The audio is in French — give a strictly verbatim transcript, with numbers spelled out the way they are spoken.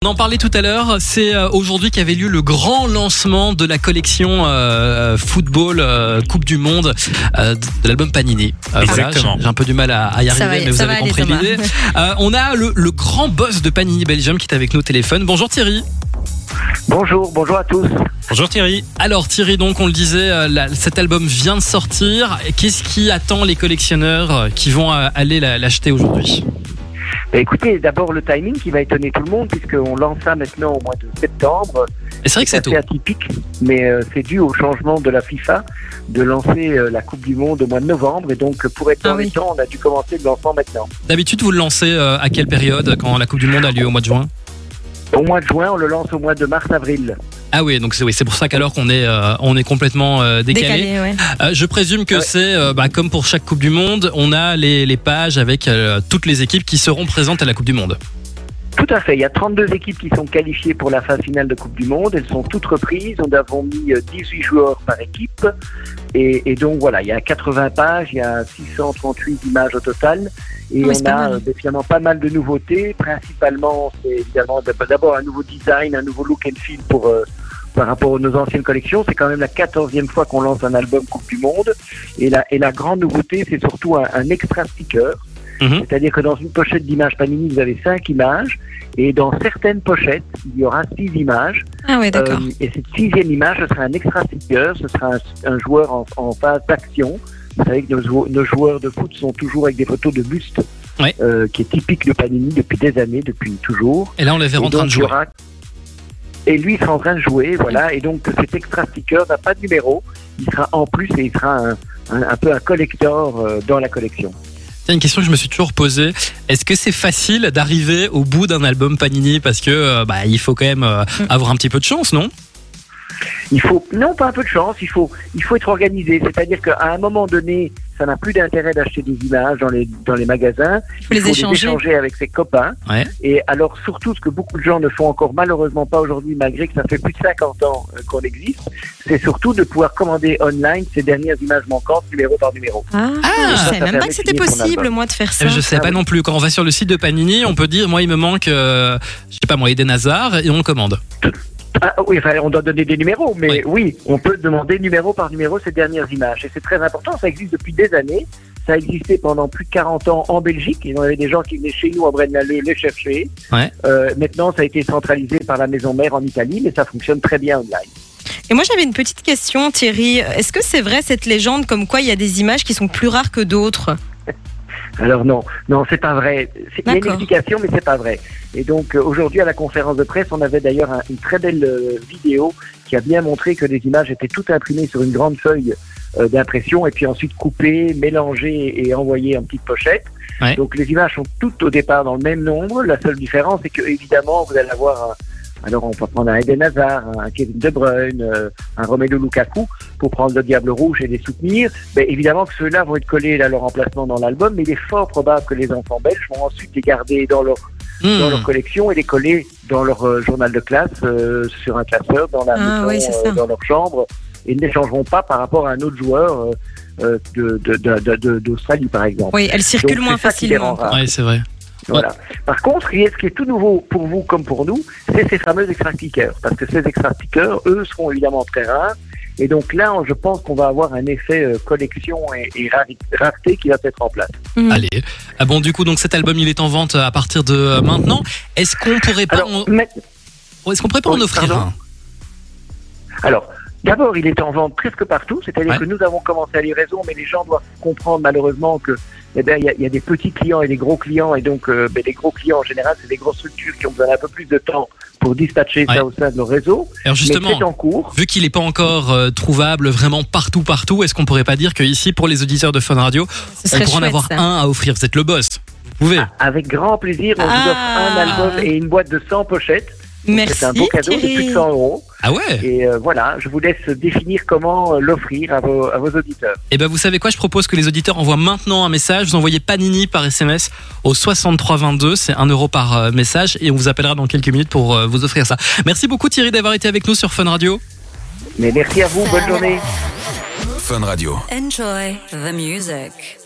On en parlait tout à l'heure, c'est aujourd'hui qu'avait lieu le grand lancement de la collection euh, football euh, Coupe du Monde euh, de l'album Panini. Euh, voilà, j'ai, j'ai un peu du mal à, à y arriver, va, mais vous avez compris aller, l'idée. Euh, on a le, le grand boss de Panini Belgium qui est avec nous au téléphone. Bonjour Thierry. Bonjour, bonjour à tous. Bonjour Thierry. Alors Thierry, donc on le disait, la, cet album vient de sortir. Qu'est-ce qui attend les collectionneurs qui vont aller l'acheter aujourd'hui ? Bah écoutez, d'abord le timing qui va étonner tout le monde puisqu'on lance ça maintenant au mois de septembre. Et c'est vrai que c'est, c'est assez tôt. Atypique, mais euh, c'est dû au changement de la FIFA de lancer euh, la Coupe du Monde au mois de novembre. Et donc pour être dans ah oui. les temps, on a dû commencer le lancement maintenant. D'habitude, vous le lancez euh, à quelle période quand la Coupe du Monde a lieu au mois de juin ? Au mois de juin, on le lance au mois de mars-avril. Ah oui, donc c'est, oui, c'est pour ça qu'alors qu'on est, euh, on est complètement euh, décalé. décalé ouais. euh, je présume que ouais. c'est euh, bah, comme pour chaque Coupe du Monde, on a les, les pages avec euh, toutes les équipes qui seront présentes à la Coupe du Monde. Tout à fait, il y a trente-deux équipes qui sont qualifiées pour la phase finale de Coupe du Monde, elles sont toutes reprises, nous avons mis dix-huit joueurs par équipe, et, et donc voilà, il y a quatre-vingts pages, il y a six cent trente-huit images au total, et oui, on a évidemment pas mal de nouveautés, principalement c'est évidemment d'abord un nouveau design, un nouveau look and feel pour... Euh, par rapport à nos anciennes collections, c'est quand même la quatorzième fois qu'on lance un album Coupe du Monde, et la, et la grande nouveauté, c'est surtout un, un extra sticker. Mmh. C'est-à-dire que dans une pochette d'images Panini, vous avez cinq images, et dans certaines pochettes, il y aura six images. Ah ouais, d'accord. Euh, et cette sixième image, ce sera un extra sticker, ce sera un, un joueur en, en phase d'action. Vous savez que nos, nos joueurs de foot sont toujours avec des photos de buste, ouais. euh, qui est typique de Panini depuis des années, depuis toujours. Et là, on les verra en train de jouer. Aura... Et lui, il sera en train de jouer, voilà. Et donc, cet extra sticker n'a pas de numéro. Il sera en plus et il sera un, un, un peu un collector euh, dans la collection. C'est une question que je me suis toujours posée. Est-ce que c'est facile d'arriver au bout d'un album Panini ? Parce que euh, bah, il faut quand même euh, avoir un petit peu de chance, non ? Il faut, non, pas un peu de chance, il faut, il faut être organisé. C'est-à-dire qu'à un moment donné, ça n'a plus d'intérêt d'acheter des images dans les, dans les magasins. Il faut, les, il faut échanger. les échanger avec ses copains. Ouais. Et alors, surtout, ce que beaucoup de gens ne font encore malheureusement pas aujourd'hui, malgré que ça fait plus de cinquante ans euh, qu'on existe, c'est surtout de pouvoir commander online ces dernières images manquantes, numéro par numéro. Ah, ah je ne savais même pas que c'était possible, moi, de faire ça. Je ne sais ah, pas oui. non plus. Quand on va sur le site de Panini, on peut dire, moi, il me manque, euh, je sais pas moi, Eden Hazard, et on commande. Ah, oui, enfin, on doit donner des numéros, mais oui. oui, on peut demander numéro par numéro ces dernières images. Et c'est très important, ça existe depuis des années. Ça a existé pendant plus de quarante ans en Belgique. Il y avait des gens qui venaient chez nous à Braine-l'Alleud les chercher. Ouais. Euh, maintenant, ça a été centralisé par la maison mère en Italie, mais ça fonctionne très bien online. Et moi, j'avais une petite question, Thierry. Est-ce que c'est vrai cette légende comme quoi il y a des images qui sont plus rares que d'autres ? Alors non, non, c'est pas vrai. C'est, il y a une explication, mais c'est pas vrai. Et donc euh, aujourd'hui à la conférence de presse, on avait d'ailleurs un, une très belle euh, vidéo qui a bien montré que les images étaient toutes imprimées sur une grande feuille euh, d'impression et puis ensuite coupées, mélangées et envoyées en petites pochettes. Ouais. Donc les images sont toutes au départ dans le même nombre. La seule différence, c'est que évidemment vous allez avoir un, alors on peut prendre un Eden Hazard, un Kevin De Bruyne, euh, un Romelu Lukaku pour prendre le Diable Rouge et les soutenir. Mais évidemment que ceux-là vont être collés à leur emplacement dans l'album, mais il est fort probable que les enfants belges vont ensuite les garder dans leur mmh. dans leur collection et les coller dans leur euh, journal de classe, euh, sur un classeur, dans la ah, maison, oui, euh, dans leur chambre, et ne les changeront pas par rapport à un autre joueur euh, de, de, de, de, de, d'Australie par exemple. Oui, elles circulent Donc, moins facilement. Oui, c'est vrai. Voilà. Par contre, ce qui est tout nouveau pour vous comme pour nous, c'est ces fameux extra stickers. Parce que ces extra stickers, eux, seront évidemment très rares. Et donc là, je pense qu'on va avoir un effet euh, collection et, et rareté qui va être en place. Mmh. Allez. Ah bon, du coup, donc cet album, il est en vente à partir de euh, maintenant. Est-ce qu'on pourrait pas, Alors, en... mais... Est-ce qu'on pourrait pas oui, en offrir pardon. un ? Alors, d'abord, il est en vente presque partout. C'est-à-dire ouais. que nous avons commencé à livraison, mais les gens doivent comprendre malheureusement que eh ben, il y a, y a des petits clients et des gros clients, et donc euh, ben, les gros clients en général, c'est des grosses structures qui ont besoin d'un peu plus de temps pour dispatcher ouais. ça au sein de leur réseau. Alors justement, mais c'est en cours. Vu qu'il n'est pas encore euh, trouvable vraiment partout, partout, est-ce qu'on pourrait pas dire que ici, pour les auditeurs de Fun Radio, on pourrait en avoir ça. un à offrir ? Vous êtes le boss. Vous pouvez. Ah, avec grand plaisir, on ah. vous offre un album et une boîte de cent pochettes. Merci, c'est un beau cadeau Thierry. de plus de cent euros. Ah ouais. Et euh, voilà, je vous laisse définir comment l'offrir à vos, à vos auditeurs. Et ben vous savez quoi, je propose que les auditeurs envoient maintenant un message. Vous envoyez Panini par S M S au soixante-trois vingt-deux, c'est un euro par euh, message, et on vous appellera dans quelques minutes pour euh, vous offrir ça. Merci beaucoup Thierry d'avoir été avec nous sur Fun Radio. Mais merci à vous, bonne journée. Fun Radio. Enjoy the music.